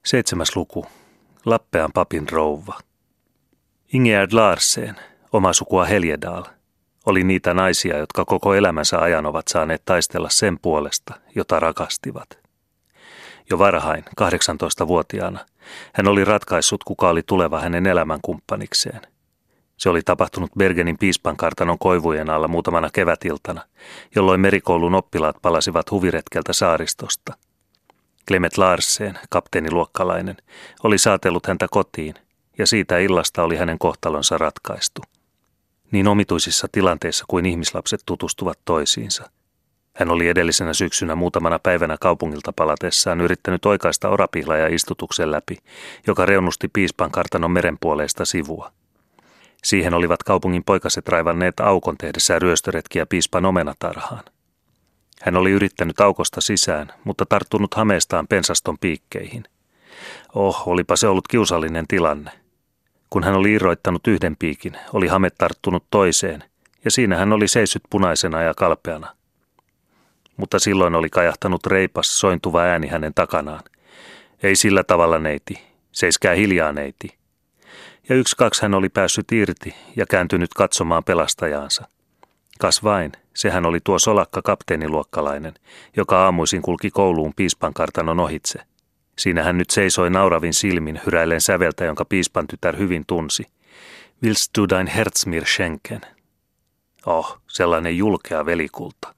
7. luku. Lappean papin rouva. Ingegerd Larsen, oma sukua Heljedal, oli niitä naisia, jotka koko elämänsä ajan ovat saaneet taistella sen puolesta, jota rakastivat. Jo varhain, 18-vuotiaana, hän oli ratkaissut, kuka oli tuleva hänen elämänkumppanikseen. Se oli tapahtunut Bergenin piispankartanon koivujen alla muutamana kevätiltana, jolloin merikoulun oppilaat palasivat huviretkeltä saaristosta. Clement Larsen, kapteeniluokkalainen, oli saatellut häntä kotiin, ja siitä illasta oli hänen kohtalonsa ratkaistu. Niin omituisissa tilanteissa kuin ihmislapset tutustuvat toisiinsa. Hän oli edellisenä syksynä muutamana päivänä kaupungilta palatessaan yrittänyt oikaista orapihlaja istutuksen läpi, joka reunusti piispankartanon merenpuoleista sivua. Siihen olivat kaupungin poikaset raivanneet aukon tehdessään ryöstöretkiä piispan omenatarhaan. Hän oli yrittänyt aukosta sisään, mutta tarttunut hameestaan pensaston piikkeihin. Olipa se ollut kiusallinen tilanne. Kun hän oli irroittanut yhden piikin, oli hame tarttunut toiseen, ja siinä hän oli seissyt punaisena ja kalpeana. Mutta silloin oli kajahtanut reipas, sointuva ääni hänen takanaan. Ei sillä tavalla, neiti. Seiskää hiljaa, neiti. Ja 1-2 hän oli päässyt irti ja kääntynyt katsomaan pelastajaansa. Kas vain, sehän oli tuo solakka kapteeniluokkalainen, joka aamuisin kulki kouluun piispankartanon ohitse. Siinä hän nyt seisoi nauravin silmin hyräillen säveltä, jonka piispan tytär hyvin tunsi. Willst du dein Herz mir schenken? Sellainen julkea velikulta.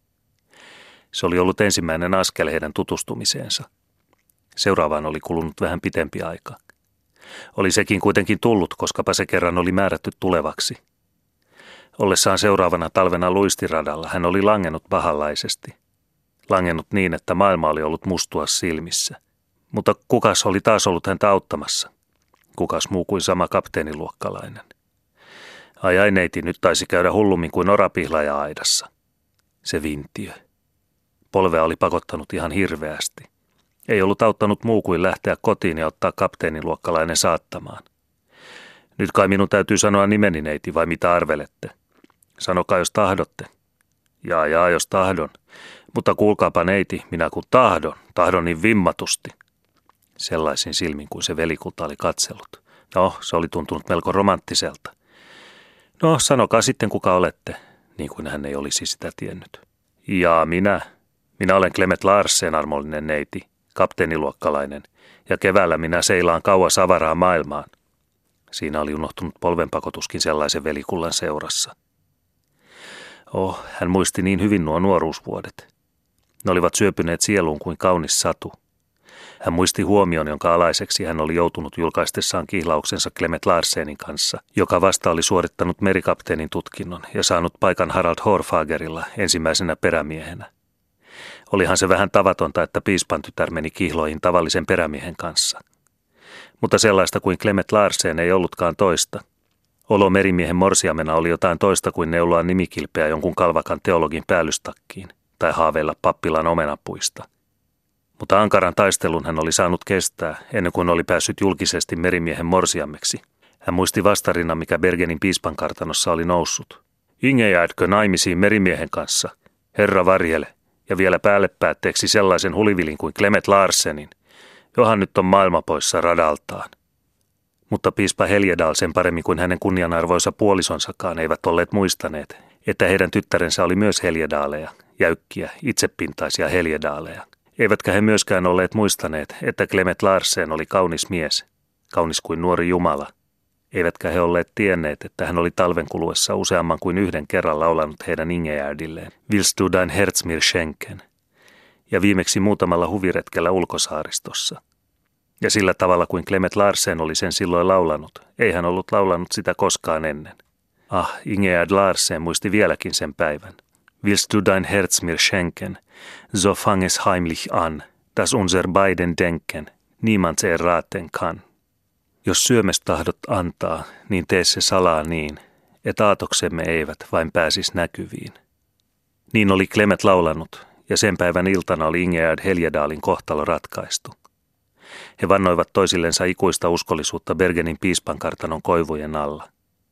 Se oli ollut ensimmäinen askel heidän tutustumiseensa. Seuraavaan oli kulunut vähän pitempi aika. Oli sekin kuitenkin tullut, koskapa se kerran oli määrätty tulevaksi. Ollessaan seuraavana talvena luistiradalla hän oli langennut pahanlaisesti. Langennut niin, että maailma oli ollut mustua silmissä. Mutta kukas oli taas ollut häntä auttamassa? Kukas muu kuin sama kapteeniluokkalainen? Ai neiti, nyt taisi käydä hullummin kuin orapihlaja aidassa. Se vintiö. Polvea oli pakottanut ihan hirveästi. Ei ollut auttanut muu kuin lähteä kotiin ja ottaa kapteeniluokkalainen saattamaan. Nyt kai minun täytyy sanoa nimeni, neiti, vai mitä arvelette? Sanokaa, jos tahdotte. Jaa, jos tahdon. Mutta kuulkaapa, neiti, minä kun tahdon niin vimmatusti. Sellaisin silmin kuin se velikulta oli katsellut. Se oli tuntunut melko romanttiselta. Sanokaa sitten, kuka olette, niin kuin hän ei olisi sitä tiennyt. Jaa, minä olen Clement Larsen, armollinen neiti, kapteeniluokkalainen, ja keväällä minä seilaan kauas avaraan maailmaan. Siinä oli unohtunut polvenpakotuskin sellaisen velikullan seurassa. Hän muisti niin hyvin nuo nuoruusvuodet. Ne olivat syöpyneet sieluun kuin kaunis satu. Hän muisti huomion, jonka alaiseksi hän oli joutunut julkaistessaan kihlauksensa Clement Larsenin kanssa, joka vasta oli suorittanut merikapteenin tutkinnon ja saanut paikan Harald Hårfagerilla ensimmäisenä perämiehenä. Olihan se vähän tavatonta, että piispan tytär meni kihloihin tavallisen perämiehen kanssa. Mutta sellaista kuin Clement Larsen ei ollutkaan toista. Olo merimiehen morsiamena oli jotain toista kuin neuloa nimikilpeä jonkun kalvakan teologin päällystakkiin tai haaveilla pappilan omenapuista. Mutta ankaran taistelun hän oli saanut kestää ennen kuin oli päässyt julkisesti merimiehen morsiammeksi. Hän muisti vastarinnan, mikä Bergenin piispankartanossa oli noussut. Ingegerdkö naimisiin merimiehen kanssa? Herra varjele, ja vielä päälle päätteeksi sellaisen hulivilin kuin Clement Larsenin, johan nyt on maailma poissa radaltaan. Mutta piispa Heljedal sen paremmin kuin hänen kunnianarvoisa puolisonsakaan eivät olleet muistaneet, että heidän tyttärensä oli myös Heljedaaleja, jäykkiä, itsepintaisia Heljedaaleja. Eivätkä he myöskään olleet muistaneet, että Clement Larsen oli kaunis mies, kaunis kuin nuori jumala. Eivätkä he olleet tienneet, että hän oli talven kuluessa useamman kuin yhden kerran laulanut heidän Ingegerdilleen Willst du dein Herz mir schenken? Ja viimeksi muutamalla huviretkellä ulkosaaristossa. Ja sillä tavalla kuin Clement Larsen oli sen silloin laulanut, ei hän ollut laulanut sitä koskaan ennen. Ingegerd Larsen muisti vieläkin sen päivän. Willst du dein Herz mir schenken, so fang es heimlich an, dass unser beiden denken, niemand erraten kann. Jos syömes tahdot antaa, niin tee se salaa niin, että aatoksemme eivät vain pääsis näkyviin. Niin oli Clement laulanut, ja sen päivän iltana oli Ingegerd Heljedalin kohtalo ratkaistu. He vannoivat toisillensa ikuista uskollisuutta Bergenin piispankartanon koivujen alla.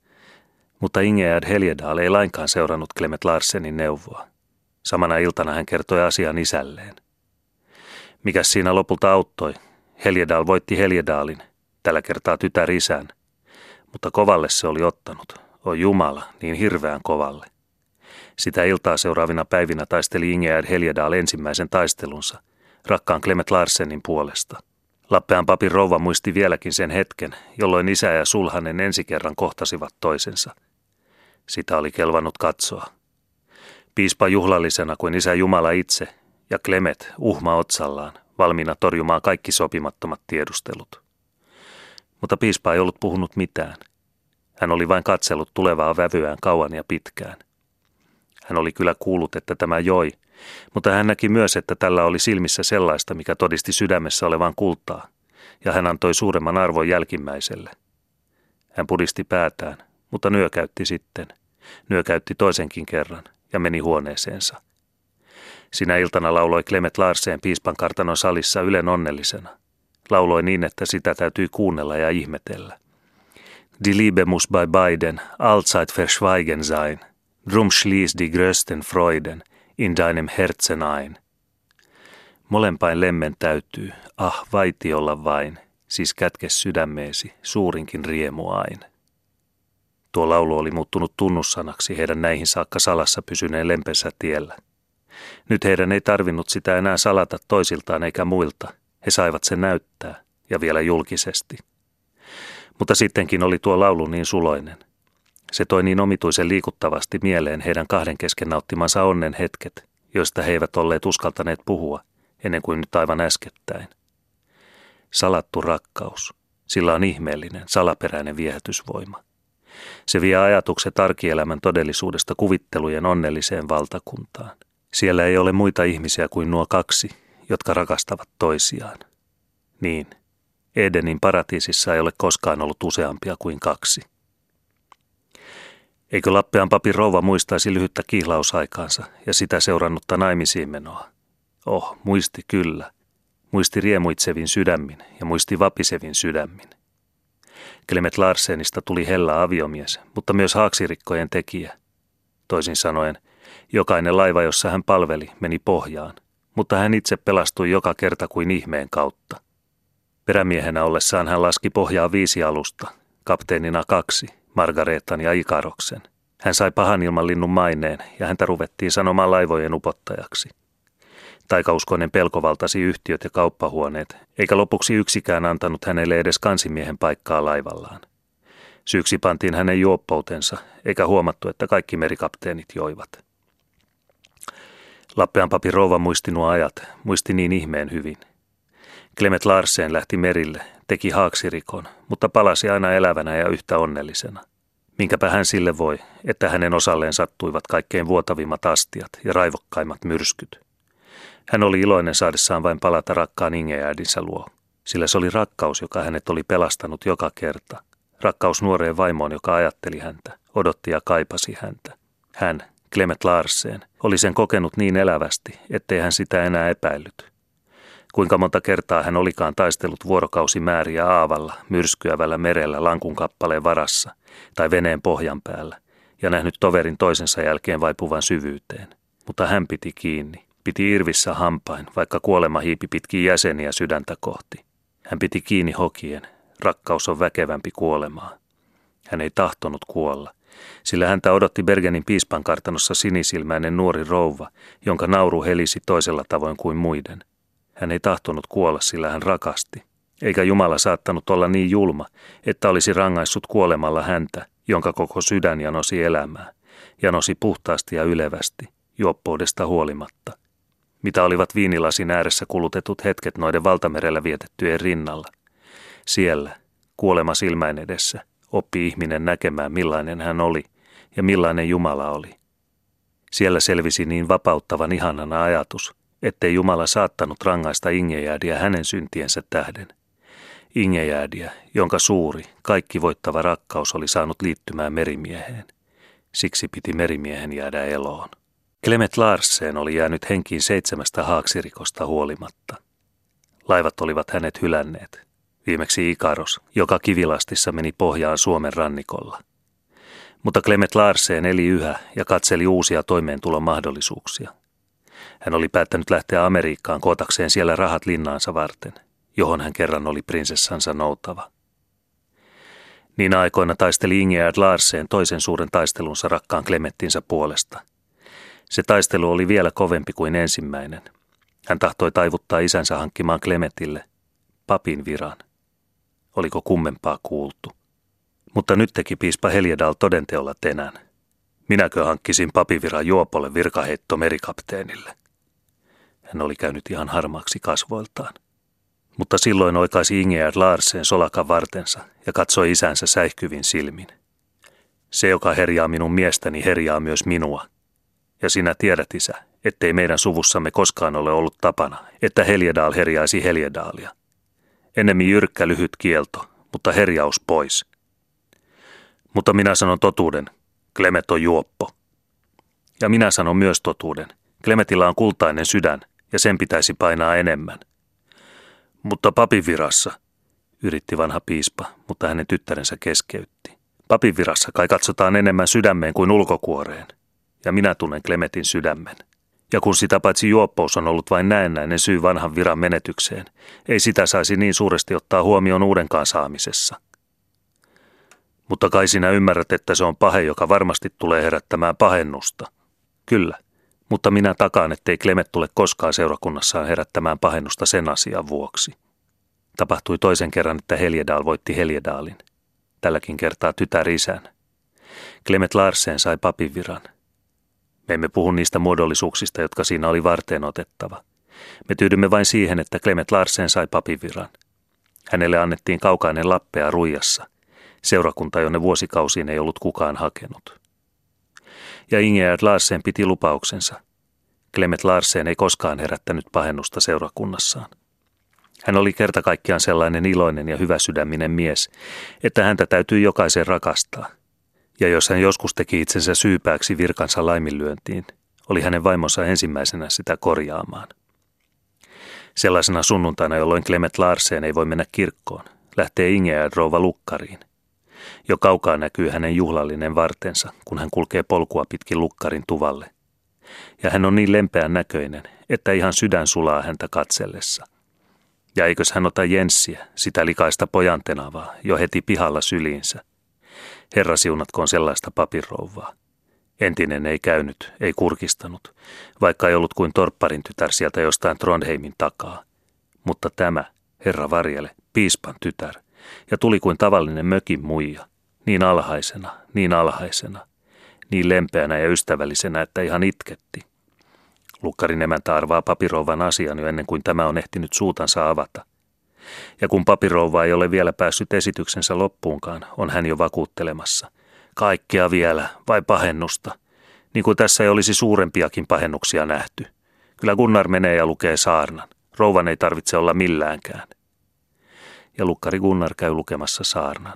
Mutta Ingegerd Heljedal ei lainkaan seurannut Clement Larsenin neuvoa. Samana iltana hän kertoi asian isälleen. Mikäs siinä lopulta auttoi? Heljedal voitti Heljedalin, tällä kertaa tytär isän, mutta kovalle se oli ottanut. O Jumala, niin hirveän kovalle. Sitä iltaa seuraavina päivinä taisteli Ingegärd Heljedal ensimmäisen taistelunsa, rakkaan Clement Larsenin puolesta. Lappean papin rouva muisti vieläkin sen hetken, jolloin isä ja sulhanen ensi kerran kohtasivat toisensa. Sitä oli kelvannut katsoa. Piispa juhlallisena kuin isä Jumala itse ja Clement uhma otsallaan, valmiina torjumaan kaikki sopimattomat tiedustelut. Mutta piispa ei ollut puhunut mitään. Hän oli vain katsellut tulevaa vävyään kauan ja pitkään. Hän oli kyllä kuullut, että tämä joi, mutta hän näki myös, että tällä oli silmissä sellaista, mikä todisti sydämessä olevan kultaa, ja hän antoi suuremman arvon jälkimmäiselle. Hän pudisti päätään, mutta nyökäytti sitten. Nyökäytti toisenkin kerran ja meni huoneeseensa. Sinä iltana lauloi Clement Larsen piispan kartanon salissa ylen onnellisena. Lauloi niin, että sitä täytyi kuunnella ja ihmetellä. Die Liebe muss bei beiden allzeit verschweigen sein. Drum schließ die größten Freuden in deinem Herzen ein. Molempain lemmen täytyy, vaitiolla vain, siis kätke sydämeesi, suurinkin riemu ain. Tuo laulu oli muuttunut tunnussanaksi heidän näihin saakka salassa pysyneen lempensä tiellä. Nyt heidän ei tarvinnut sitä enää salata toisiltaan eikä muilta. He saivat sen näyttää, ja vielä julkisesti. Mutta sittenkin oli tuo laulu niin suloinen. Se toi niin omituisen liikuttavasti mieleen heidän kahden kesken nauttimansa onnen hetket, joista he eivät olleet uskaltaneet puhua, ennen kuin nyt aivan äskettäin. Salattu rakkaus. Sillä on ihmeellinen, salaperäinen viehätysvoima. Se vie ajatukset arkielämän todellisuudesta kuvittelujen onnelliseen valtakuntaan. Siellä ei ole muita ihmisiä kuin nuo kaksi, jotka rakastavat toisiaan. Niin, Edenin paratiisissa ei ole koskaan ollut useampia kuin kaksi. Eikö Lappean papin rouva muistaisi lyhyttä kihlausaikaansa ja sitä seurannutta naimisiin menoa? Muisti kyllä. Muisti riemuitsevin sydämin ja muisti vapisevin sydämin. Clement Larsenista tuli hellä aviomies, mutta myös haaksirikkojen tekijä. Toisin sanoen, jokainen laiva, jossa hän palveli, meni pohjaan, mutta hän itse pelastui joka kerta kuin ihmeen kautta. Perämiehenä ollessaan hän laski pohjaa 5 alusta, kapteenina 2, Margaretan ja Ikaroksen. Hän sai pahan ilmanlinnun maineen ja häntä ruvettiin sanomaan laivojen upottajaksi. Taikauskoinen pelko valtasi yhtiöt ja kauppahuoneet, eikä lopuksi yksikään antanut hänelle edes kansimiehen paikkaa laivallaan. Syyksi pantiin hänen juoppoutensa, eikä huomattu, että kaikki merikapteenit joivat. Lappean papin rouva muisti nuo ajat, muisti niin ihmeen hyvin. Clement Larsen lähti merille, teki haaksirikon, mutta palasi aina elävänä ja yhtä onnellisena. Minkäpä hän sille voi, että hänen osalleen sattuivat kaikkein vuotavimmat astiat ja raivokkaimmat myrskyt. Hän oli iloinen saadessaan vain palata rakkaan Ingegärdinsä luo, sillä se oli rakkaus, joka hänet oli pelastanut joka kerta. Rakkaus nuoreen vaimoon, joka ajatteli häntä, odotti ja kaipasi häntä. Hän, Clement Larsen, oli sen kokenut niin elävästi, ettei hän sitä enää epäillyt. Kuinka monta kertaa hän olikaan taistellut vuorokausimääriä aavalla, myrskyävällä merellä lankun kappaleen varassa tai veneen pohjan päällä ja nähnyt toverin toisensa jälkeen vaipuvan syvyyteen. Mutta hän piti kiinni, piti irvissä hampain, vaikka kuolema hiipi pitkin jäseniä sydäntä kohti. Hän piti kiinni hokien, rakkaus on väkevämpi kuolemaa. Hän ei tahtonut kuolla, sillä häntä odotti Bergenin piispan kartanossa sinisilmäinen nuori rouva, jonka nauru helisi toisella tavoin kuin muiden. Hän ei tahtonut kuolla, sillä hän rakasti, eikä Jumala saattanut olla niin julma, että olisi rangaissut kuolemalla häntä, jonka koko sydän janosi elämää, janosi puhtaasti ja ylevästi, juoppoudesta huolimatta. Mitä olivat viinilasin ääressä kulutetut hetket noiden valtamerellä vietettyjen rinnalla. Siellä, kuolema silmäin edessä, oppi ihminen näkemään millainen hän oli ja millainen Jumala oli. Siellä selvisi niin vapauttavan ihanana ajatus, ettei Jumala saattanut rangaista Ingegärdiä hänen syntiensä tähden. Ingegärdiä, jonka suuri, kaikki voittava rakkaus oli saanut liittymään merimieheen. Siksi piti merimiehen jäädä eloon. Clement Larsen oli jäänyt henkiin 7 haaksirikosta huolimatta. Laivat olivat hänet hylänneet. Viimeksi Ikaros, joka kivilastissa meni pohjaan Suomen rannikolla. Mutta Clement Larsen eli yhä ja katseli uusia toimeentulon mahdollisuuksia. Hän oli päättänyt lähteä Amerikkaan kootakseen siellä rahat linnaansa varten. johon hän kerran oli prinsessansa noutava. Niin aikoina taisteli Ingegerd Larsen toisen suuren taistelunsa rakkaan Clemettinsä puolesta. Se taistelu oli vielä kovempi kuin ensimmäinen. Hän tahtoi taivuttaa isänsä hankkimaan Clementille papin viran. Oliko kummempaa kuultu? Mutta nyt teki piispa Heljedal todenteolla tänään. Minäkö hankkisin papiviran Juopolle virkaheitto merikapteenille? Hän oli käynyt ihan harmaaksi kasvoiltaan. Mutta silloin oikaisi Ingegerd Larsen solakan vartensa ja katsoi isänsä säihkyvin silmin. Se, joka herjaa minun miestäni, herjaa myös minua. Ja sinä tiedät, isä, ettei meidän suvussamme koskaan ole ollut tapana, että Heljedal herjaisi Heljedalia. Ennemmin jyrkkä lyhyt kielto, mutta herjaus pois. Mutta minä sanon totuuden, Clement on juoppo. Ja minä sanon myös totuuden, Clementillä on kultainen sydän ja sen pitäisi painaa enemmän. Mutta papin virassa, yritti vanha piispa, mutta hänen tyttärensä keskeytti. Papin virassa kai katsotaan enemmän sydämeen kuin ulkokuoreen. Ja minä tunnen Clementin sydämen. Ja kun sitä paitsi juoppous on ollut vain näennäinen syy vanhan viran menetykseen, ei sitä saisi niin suuresti ottaa huomioon uudenkaan saamisessa. Mutta kai sinä ymmärrät, että se on pahe, joka varmasti tulee herättämään pahennusta. Kyllä, mutta minä takaan, ettei Clement tule koskaan seurakunnassaan herättämään pahennusta sen asian vuoksi. Tapahtui toisen kerran, että Heljedal voitti Heljedalin. Tälläkin kertaa tytär isän. Clement Larsen sai papin viran. Me emme puhu niistä muodollisuuksista, jotka siinä oli varteen otettava. Me tyydymme vain siihen, että Clement Larsen sai papin viran. Hänelle annettiin kaukainen lappea Ruijassa, seurakunta, jonne vuosikausiin ei ollut kukaan hakenut. Ja Ingegerd Larsen piti lupauksensa. Clement Larsen ei koskaan herättänyt pahennusta seurakunnassaan. Hän oli kerta kaikkiaan sellainen iloinen ja hyväsydäminen mies, että häntä täytyy jokaisen rakastaa. Ja jos hän joskus teki itsensä syypääksi virkansa laiminlyöntiin, oli hänen vaimonsa ensimmäisenä sitä korjaamaan. Sellaisena sunnuntaina, jolloin Clement Larsen ei voi mennä kirkkoon, lähtee Ingegerd rouva lukkariin. Jo kaukaa näkyy hänen juhlallinen vartensa, kun hän kulkee polkua pitkin lukkarin tuvalle. Ja hän on niin lempeän näköinen, että ihan sydän sulaa häntä katsellessa. Ja eikös hän ota Jenssiä, sitä likaista pojantenavaa, jo heti pihalla syliinsä. Herra siunatkoon sellaista papinrouvaa. Entinen ei käynyt, ei kurkistanut, vaikka ei ollut kuin torpparin tytär sieltä jostain Trondheimin takaa. Mutta tämä, herra varjele, piispan tytär, ja tuli kuin tavallinen mökin muija, niin alhaisena, niin lempeänä ja ystävällisenä, että ihan itketti. Lukkarin emäntä arvaa papirouvan asian jo ennen kuin tämä on ehtinyt suutansa avata. Ja kun papirouva ei ole vielä päässyt esityksensä loppuunkaan, on hän jo vakuuttelemassa. Kaikkea vielä, vai pahennusta? Niin kuin tässä ei olisi suurempiakin pahennuksia nähty. Kyllä Gunnar menee ja lukee saarnan. Rouvan ei tarvitse olla milläänkään. Ja lukkari Gunnar käy lukemassa saarnan.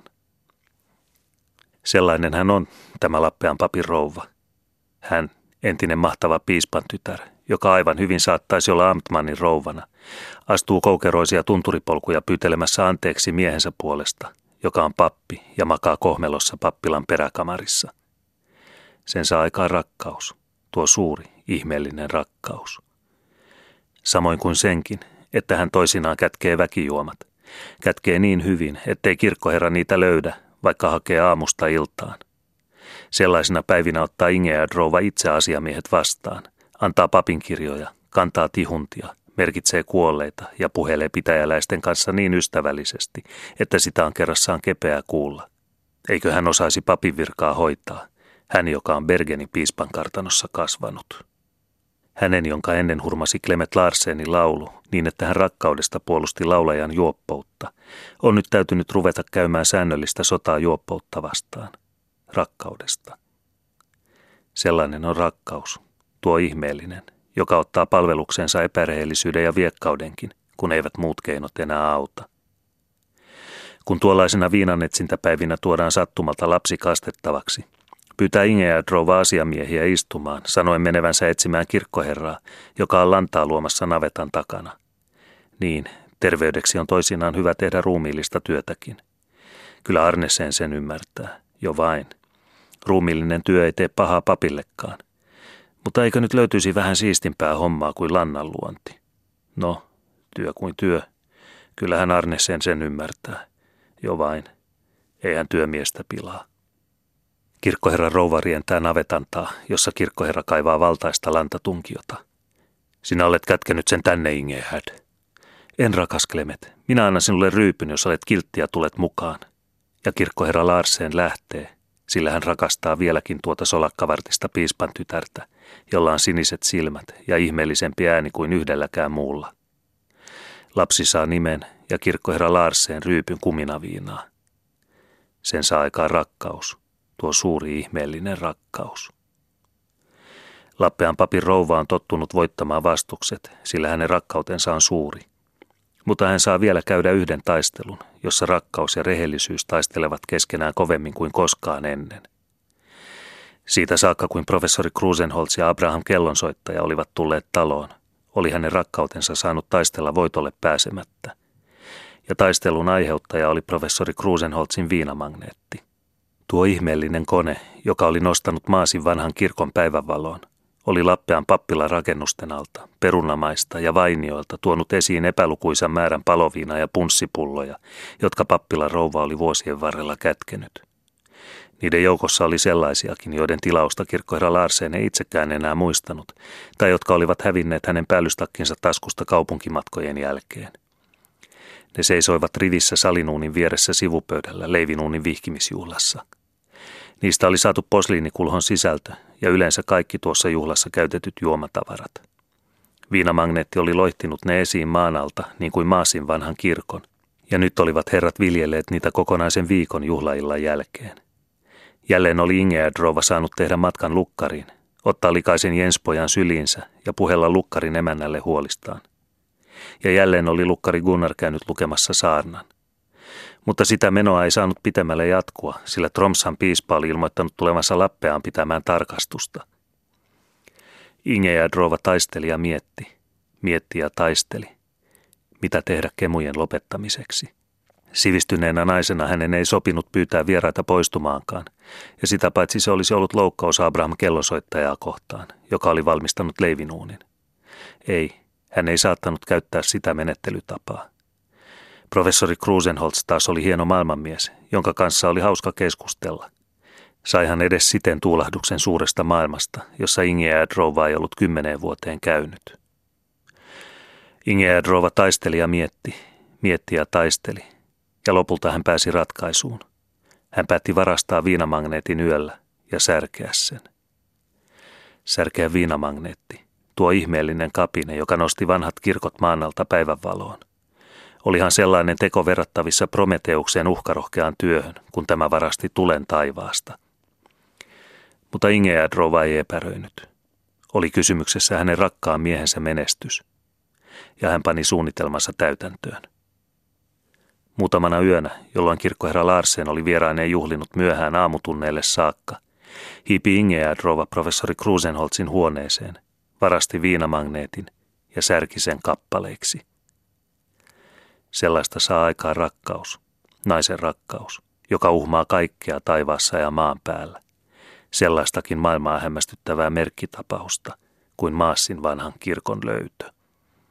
Sellainen hän on, tämä Lappean papin rouva. Hän, entinen mahtava piispan tytär, joka aivan hyvin saattaisi olla Amtmanin rouvana, astuu koukeroisia tunturipolkuja pyytelemässä anteeksi miehensä puolesta, joka on pappi ja makaa kohmelossa pappilan peräkamarissa. Sen saa aikaan rakkaus, tuo suuri, ihmeellinen rakkaus. Samoin kuin senkin, että hän toisinaan kätkee väkijuomat. Kätkee niin hyvin, ettei kirkkoherra niitä löydä, vaikka hakee aamusta iltaan. Sellaisina päivinä ottaa Ingegerd rouva itse asiamiehet vastaan, antaa papinkirjoja, kantaa tihuntia, merkitsee kuolleita ja puhelee pitäjäläisten kanssa niin ystävällisesti, että sitä on kerrassaan kepeää kuulla. Eikö hän osaisi papin virkaa hoitaa, hän joka on Bergenin piispan kartanossa kasvanut. Hänen, jonka ennen hurmasi Clement Larsenin laulu, niin että hän rakkaudesta puolusti laulajan juoppoutta, on nyt täytynyt ruveta käymään säännöllistä sotaa juoppoutta vastaan. Rakkaudesta. Sellainen on rakkaus, tuo ihmeellinen, joka ottaa palveluksensa epärehellisyyden ja viekkaudenkin, kun eivät muut keinot enää auta. Kun tuollaisena viinanetsintäpäivinä tuodaan sattumalta lapsi kastettavaksi, pyytää Ingegerd rouva asiamiehiä istumaan, sanoen menevänsä etsimään kirkkoherraa, joka on lantaa luomassa navetan takana. Niin, terveydeksi on toisinaan hyvä tehdä ruumiillista työtäkin. Kyllä Arnesen sen ymmärtää, jo vain. Ruumiillinen työ ei tee pahaa papillekaan. Mutta eikö nyt löytyisi vähän siistimpää hommaa kuin lannanluonti? No, työ kuin työ. Kyllähän Arnesen sen ymmärtää. Jo vain. Ei hän työmiestä pilaa. Kirkkoherra rouva rientää navetantaa, jossa kirkkoherra kaivaa valtaista lantatunkiota. Sinä olet kätkenyt sen tänne, Ingehärd. En, rakas Klemet. Minä annan sinulle ryypyn, jos olet kiltti ja tulet mukaan. Ja kirkkoherra Larsen lähtee, sillä hän rakastaa vieläkin tuota solakkavartista piispan tytärtä, jolla on siniset silmät ja ihmeellisempi ääni kuin yhdelläkään muulla. Lapsi saa nimen ja kirkkoherra Larsen ryypyn kuminaviinaa. Sen saa aikaan rakkaus, tuo suuri ihmeellinen rakkaus. Lappean papin rouva on tottunut voittamaan vastukset, sillä hänen rakkautensa on suuri. Mutta hän saa vielä käydä yhden taistelun, jossa rakkaus ja rehellisyys taistelevat keskenään kovemmin kuin koskaan ennen. Siitä saakka kuin professori Krusenholz ja Abraham kellonsoittaja olivat tulleet taloon, oli hänen rakkautensa saanut taistella voitolle pääsemättä. Ja taistelun aiheuttaja oli professori Krusenholzin viinamagneetti. Tuo ihmeellinen kone, joka oli nostanut Maasin vanhan kirkon päivänvaloon, oli Lappean pappilan rakennusten alta, perunamaista ja vainioilta tuonut esiin epälukuisan määrän paloviinaa ja punssipulloja, jotka pappilan rouva oli vuosien varrella kätkenyt. Niiden joukossa oli sellaisiakin, joiden tilausta kirkkoherra Larsen ei itsekään enää muistanut, tai jotka olivat hävinneet hänen päällystakkinsa taskusta kaupunkimatkojen jälkeen. Ne seisoivat rivissä salinuunin vieressä sivupöydällä leivinuunin vihkimisjuhlassa. Niistä oli saatu posliinikulhon sisältö ja yleensä kaikki tuossa juhlassa käytetyt juomatavarat. Viinamagneetti oli loihtinut ne esiin maan alta niin kuin Maasin vanhan kirkon, ja nyt olivat herrat viljelleet niitä kokonaisen viikon juhlaillan jälkeen. Jälleen oli Ingehärd rouva saanut tehdä matkan lukkariin, ottaa likaisen Jenspojan syliinsä ja puhella lukkarin emännälle huolistaan. Ja jälleen oli lukkari Gunnar käynyt lukemassa saarnan. Mutta sitä menoa ei saanut pitemmälle jatkua, sillä Tromshan piispa oli ilmoittanut tulevansa Lappeaan pitämään tarkastusta. Ingehärd rouva taisteli ja mietti ja taisteli. Mitä tehdä kemujen lopettamiseksi? Sivistyneenä naisena hänen ei sopinut pyytää vieraita poistumaankaan, ja sitä paitsi se olisi ollut loukkaus Abraham kellonsoittajaa kohtaan, joka oli valmistanut leivinuunin. Ei, hän ei saattanut käyttää sitä menettelytapaa. Professori Krusenholz taas oli hieno maailmanmies, jonka kanssa oli hauska keskustella. Saihan edes siten tuulahduksen suuresta maailmasta, jossa Ingehärd rouva ei ollut 10 vuoteen käynyt. Ingehärd rouva taisteli ja mietti ja taisteli, ja lopulta hän pääsi ratkaisuun. Hän päätti varastaa viinamagneetin yöllä ja särkeä sen. Särkeä viinamagneetti, tuo ihmeellinen kapine, joka nosti vanhat kirkot maan alta päivänvaloon. Olihan sellainen teko verrattavissa Prometeuksen uhkarohkeaan työhön, kun tämä varasti tulen taivaasta. Mutta Ingehärd rouva ei epäröinyt. Oli kysymyksessä hänen rakkaan miehensä menestys. Ja hän pani suunnitelmansa täytäntöön. Muutamana yönä, jolloin kirkkoherra Larsen oli vieraineen juhlinut myöhään aamutunneille saakka, hiipi Ingehärd rouva professori Krusenholzin huoneeseen, varasti viinamagneetin ja särki sen kappaleiksi. Sellaista saa aikaan rakkaus, naisen rakkaus, joka uhmaa kaikkea taivaassa ja maan päällä. Sellaistakin maailmaa hämmästyttävää merkkitapausta kuin Maasin vanhan kirkon löytö.